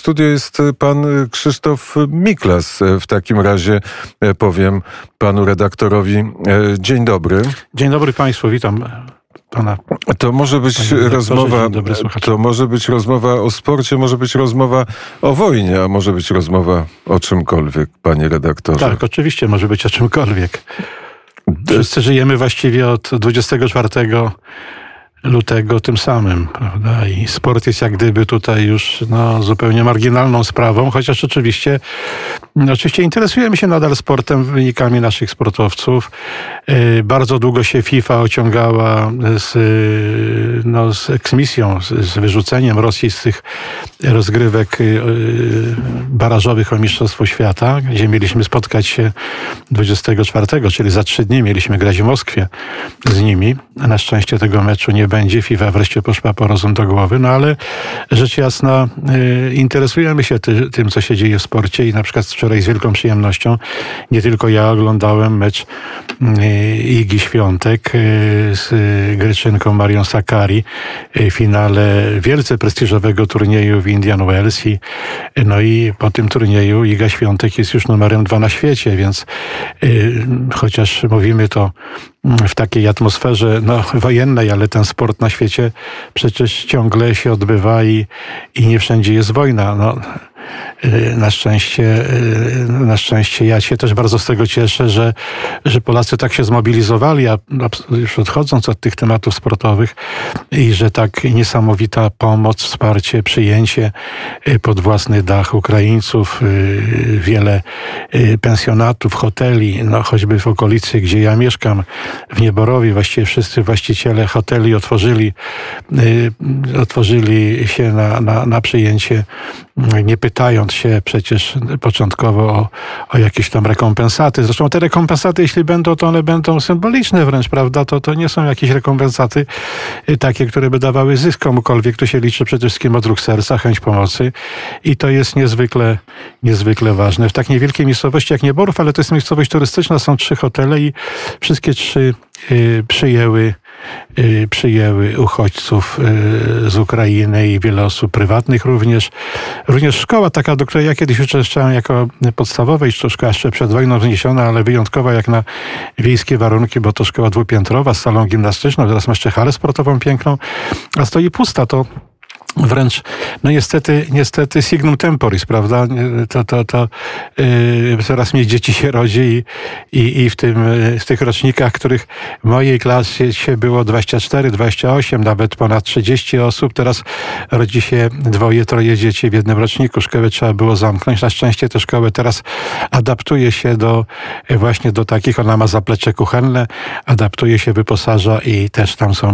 studio jest pan Krzysztof Miklas. W takim razie powiem panu redaktorowi dzień dobry. Dzień dobry państwu, witam pana. To może być rozmowa o sporcie, może być rozmowa o wojnie, a może być rozmowa o czymkolwiek, panie redaktorze. Tak, oczywiście może być o czymkolwiek. Wszyscy żyjemy właściwie od 24 lutego tym samym, prawda? I sport jest jak gdyby tutaj już zupełnie marginalną sprawą, chociaż oczywiście interesujemy się nadal sportem, wynikami naszych sportowców. Bardzo długo się FIFA ociągała z eksmisją, z wyrzuceniem Rosji z tych rozgrywek barażowych o Mistrzostwo Świata, gdzie mieliśmy spotkać się 24, czyli za 3 dni mieliśmy grać w Moskwie z nimi. Na szczęście tego meczu nie będzie. FIFA wreszcie poszła po rozum do głowy, ale rzecz jasna interesujemy się tym, co się dzieje w sporcie i na przykład wczoraj z wielką przyjemnością, nie tylko ja oglądałem mecz Igi Świątek z Greczynką Marią Sakkari w finale wielce prestiżowego turnieju w Indian Wells i po tym turnieju Iga Świątek jest już numerem 2 na świecie, więc chociaż mówimy to w takiej atmosferze wojennej, ale ten sport na świecie przecież ciągle się odbywa i nie wszędzie jest wojna. Na szczęście ja się też bardzo z tego cieszę, że Polacy tak się zmobilizowali, a już odchodząc od tych tematów sportowych, i że tak niesamowita pomoc, wsparcie, przyjęcie pod własny dach Ukraińców, wiele pensjonatów, hoteli, choćby w okolicy, gdzie ja mieszkam, w Nieborowie, właściwie wszyscy właściciele hoteli otworzyli się na przyjęcie, nie pytając się przecież początkowo o jakieś tam rekompensaty. Zresztą te rekompensaty, jeśli będą, to one będą symboliczne wręcz, prawda? To nie są jakieś rekompensaty takie, które by dawały zysk komukolwiek. Tu się liczy przede wszystkim odruch serca, chęć pomocy i to jest niezwykle ważne. W tak niewielkiej miejscowości jak Nieborów, ale to jest miejscowość turystyczna, są 3 hotele i wszystkie 3 przyjęły uchodźców z Ukrainy i wiele osób prywatnych również. Również szkoła taka, do której ja kiedyś uczęszczałem jako podstawowej, to szkoła jeszcze przed wojną wzniesiona, ale wyjątkowa jak na wiejskie warunki, bo to szkoła 2-piętrowa z salą gimnastyczną, teraz ma jeszcze halę sportową piękną, a stoi pusta. To wręcz, niestety signum temporis, prawda? Coraz mniej dzieci się rodzi i w tych rocznikach, których w mojej klasie było 24, 28, nawet ponad 30 osób, teraz rodzi się 2-3 dzieci w jednym roczniku. Szkołę trzeba było zamknąć. Na szczęście tę szkołę teraz adaptuje się właśnie do takich, ona ma zaplecze kuchenne, adaptuje się, wyposaża i też tam są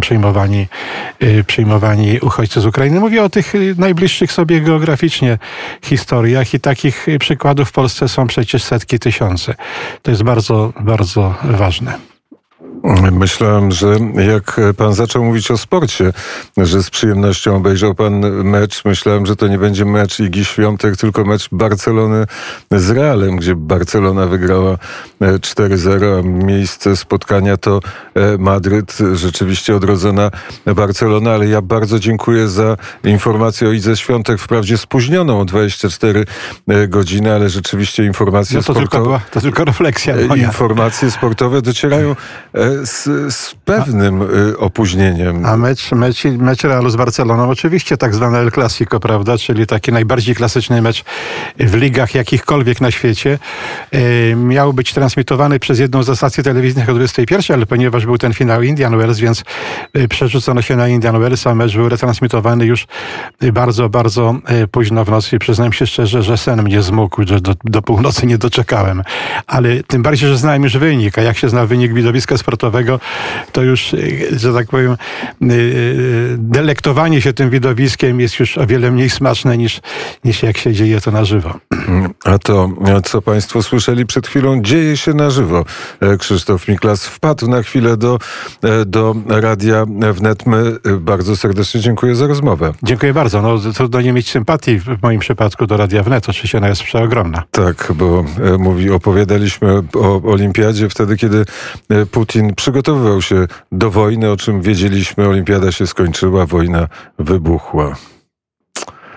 przyjmowani uchodźcy z Ukrainy. Mówię o tych najbliższych sobie geograficznie historiach i takich przykładów w Polsce są przecież setki, tysiące. To jest bardzo, bardzo ważne. Myślałem, że jak pan zaczął mówić o sporcie, że z przyjemnością obejrzał pan mecz, myślałem, że to nie będzie mecz Igi Świątek, tylko mecz Barcelony z Realem, gdzie Barcelona wygrała 4-0, a miejsce spotkania to Madryt, rzeczywiście odrodzona Barcelona, ale ja bardzo dziękuję za informację o Idze Świątek, wprawdzie spóźnioną o 24 godziny, ale rzeczywiście informacje sportowe... To tylko refleksja moja. Informacje sportowe docierają z pewnym opóźnieniem. A mecz Realu z Barceloną, oczywiście tak zwane El Clasico, prawda, czyli taki najbardziej klasyczny mecz w ligach jakichkolwiek na świecie, miał być transmitowany przez jedną ze stacji telewizyjnych o 21, ale ponieważ był ten finał Indian Wells, więc przerzucono się na Indian Wells, a mecz był retransmitowany już bardzo, bardzo późno w nocy. Przyznam się szczerze, że sen mnie zmógł, że do północy nie doczekałem. Ale tym bardziej, że znałem już wynik, a jak się zna wynik widowiska sportowego, to już, że tak powiem, delektowanie się tym widowiskiem jest już o wiele mniej smaczne niż jak się dzieje to na żywo. A to, co państwo słyszeli przed chwilą, dzieje się na żywo. Krzysztof Miklas wpadł na chwilę do Radia Wnet. My bardzo serdecznie dziękuję za rozmowę. Dziękuję bardzo. Trudno nie mieć sympatii w moim przypadku do Radia Wnet. Oczywiście ona jest przeogromna. Tak, bo opowiadaliśmy o olimpiadzie wtedy, kiedy Putin przygotowywał się do wojny, o czym wiedzieliśmy. Olimpiada się skończyła, wojna wybuchła.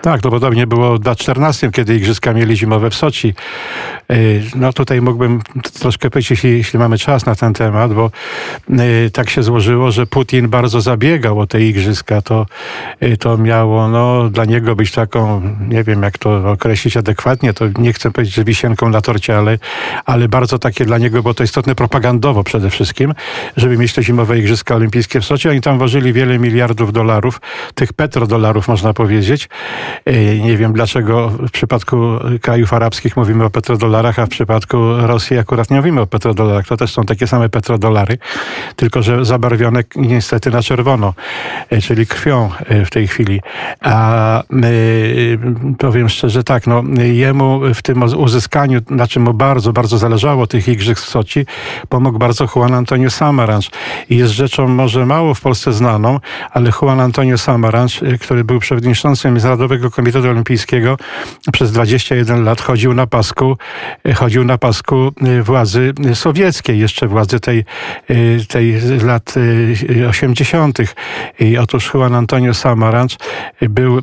Tak, to podobnie było w 2014, kiedy igrzyska mieli zimowe w Soczi. No tutaj mógłbym troszkę powiedzieć, jeśli mamy czas na ten temat, bo tak się złożyło, że Putin bardzo zabiegał o te igrzyska. To miało dla niego być taką, nie wiem jak to określić adekwatnie, to nie chcę powiedzieć, że wisienką na torcie, ale bardzo takie dla niego było to istotne propagandowo przede wszystkim, żeby mieć te zimowe igrzyska olimpijskie w Soczi. Oni tam włożyli wiele miliardów dolarów, tych petrodolarów można powiedzieć. Nie wiem dlaczego w przypadku krajów arabskich mówimy o petrodolarach, a w przypadku Rosji akurat nie mówimy o petrodolarach. To też są takie same petrodolary, tylko że zabarwione niestety na czerwono, czyli krwią w tej chwili. A powiem szczerze tak, jemu w tym uzyskaniu, na czym mu bardzo, bardzo zależało tych igrzysk w Soczi, pomógł bardzo Juan Antonio Samaranch. I jest rzeczą może mało w Polsce znaną, ale Juan Antonio Samaranch, który był przewodniczącym Międzynarodowego Komitetu Olimpijskiego, przez 21 lat chodził na pasku władzy sowieckiej, jeszcze władzy tej z lat 80. I otóż Juan Antonio Samaranch był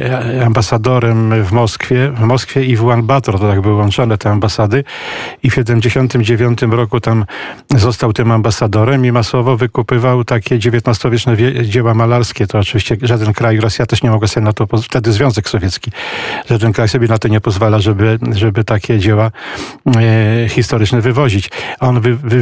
ambasadorem w Moskwie i w Ulaanbaatar, to tak były łączone te ambasady, i w 79 roku tam został tym ambasadorem i masowo wykupywał takie XIX-wieczne dzieła malarskie. To oczywiście żaden kraj, Rosja też nie mogła sobie na to, wtedy Związek Sowiecki, żaden kraj sobie na to nie pozwala, żeby takie dzieła historyczne wywozić. On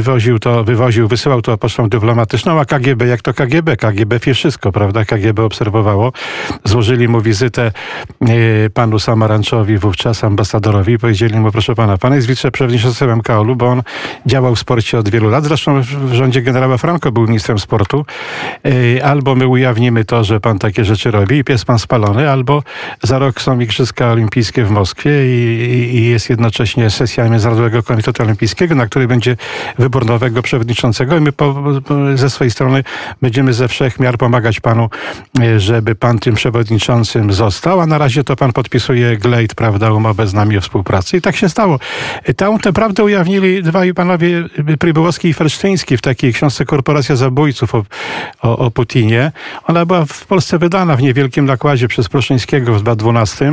wysyłał to pocztą dyplomatyczną, a KGB, jak to KGB? KGB wie wszystko, prawda? KGB obserwowało. Złożyli mu wizytę panu Samaranchowi, wówczas ambasadorowi, i powiedzieli mu, proszę pana, pan jest wiceprzewodniczącym MKOL-u, bo on działał w sporcie od wielu lat. Zresztą w rządzie generała Franco był ministrem sportu. Albo my ujawnimy to, że pan takie rzeczy robi i jest pan spalony, albo za rok są Igrzyska Olimpijskie w Moskwie i jest jednocześnie sesja Międzynarodowego Komitetu Olimpijskiego, na której będzie wybór nowego przewodniczącego i my ze swojej strony będziemy ze wszech miar pomagać panu, żeby pan tym przewodniczącym został, a na razie to pan podpisuje glejt, prawda, umowę z nami o współpracy. I tak się stało. Tę prawdę ujawnili dwaj panowie, Prybyłowski i Felsztyński, w takiej książce Korporacja Zabójców o Putinie. Ona była w Polsce wydana w niewielkim nakładzie przez Pruszyńskiego w 2012.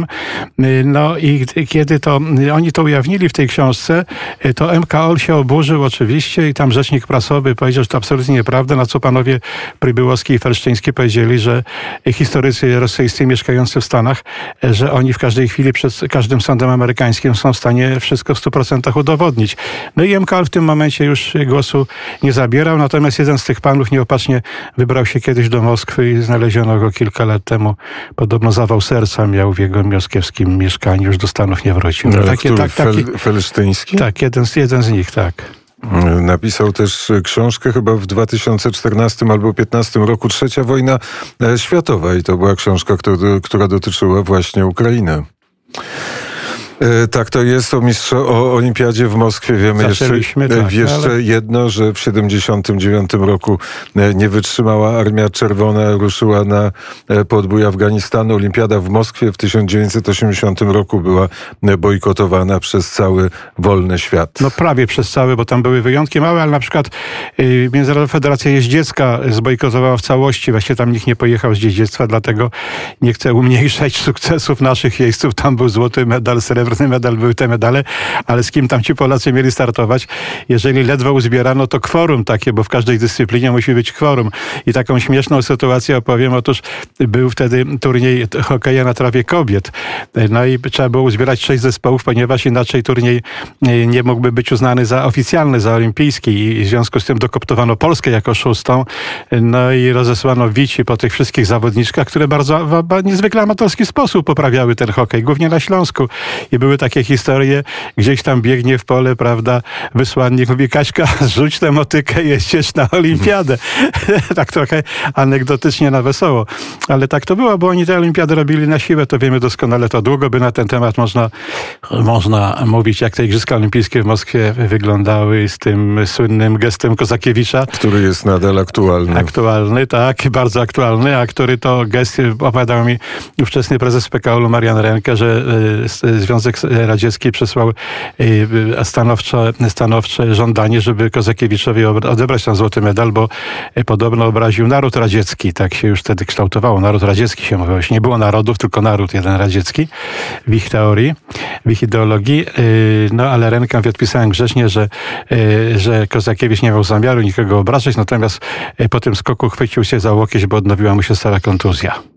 No i kiedy oni to ujawnili w tej książce, to MKOL się oburzył oczywiście i tam rzecznik prasowy powiedział, że to absolutnie nieprawda, na co panowie Prybyłowski i Felsztyński powiedzieli, że historycy rosyjscy mieszkający w Stanach, że oni w każdej chwili przed każdym sądem amerykańskim są w stanie wszystko w 100% udowodnić. No i MKOL w tym momencie już głosu nie zabierał, natomiast jeden z tych panów nieopatrznie wybrał się kiedyś do Moskwy i znaleziono go kilka lat temu. Podobno zawał serca miał w jego moskiewskim mieszkaniu, już do Stanów nie wrócił. Felsztyński? Tak, jeden z nich, tak. Napisał też książkę chyba w 2014 albo 2015 roku, Trzecia wojna światowa, i to była książka, która dotyczyła właśnie Ukrainy. Tak, to jest o olimpiadzie w Moskwie. Wiemy jeszcze jedno, że w 79 roku nie wytrzymała Armia Czerwona, ruszyła na podbój Afganistanu. Olimpiada w Moskwie w 1980 roku była bojkotowana przez cały wolny świat. No prawie przez cały, bo tam były wyjątki małe, ale na przykład Międzynarodowa Federacja Jeździecka zbojkotowała w całości. Właściwie tam nikt nie pojechał z jeździectwa, dlatego nie chcę umniejszać sukcesów naszych jeźdźców. Tam był złoty medal, srebrny medal, były te medale, ale z kim tam ci Polacy mieli startować? Jeżeli ledwo uzbierano, to kworum takie, bo w każdej dyscyplinie musi być kworum. I taką śmieszną sytuację opowiem. Otóż był wtedy turniej hokeja na trawie kobiet. No i trzeba było uzbierać 6 zespołów, ponieważ inaczej turniej nie mógłby być uznany za oficjalny, za olimpijski. I w związku z tym dokoptowano Polskę jako 6. No i rozesłano wici po tych wszystkich zawodniczkach, które bardzo w niezwykle amatorski sposób poprawiały ten hokej, głównie na Śląsku. I były takie historie, gdzieś tam biegnie w pole, prawda, wysłannik mówi, Kaśka, zrzuć tę motykę, jeździesz na olimpiadę. Tak trochę anegdotycznie na wesoło. Ale tak to było, bo oni tę olimpiadę robili na siłę, to wiemy doskonale, to długo by na ten temat można mówić, jak te Igrzyska Olimpijskie w Moskwie wyglądały z tym słynnym gestem Kozakiewicza. Który jest nadal aktualny. Aktualny, tak, bardzo aktualny, a który to gest opowiadał mi ówczesny prezes PKOL-u Marian Renke, że Związek Związek Radziecki przesłał stanowcze żądanie, żeby Kozakiewiczowi odebrać ten złoty medal, bo podobno obraził naród radziecki. Tak się już wtedy kształtowało. Naród radziecki się mówiło. Nie było narodów, tylko naród jeden radziecki w ich teorii, w ich ideologii. No ale rękę odpisałem grzecznie, że Kozakiewicz nie miał zamiaru nikogo obrażać, natomiast po tym skoku chwycił się za łokieć, bo odnowiła mu się stara kontuzja.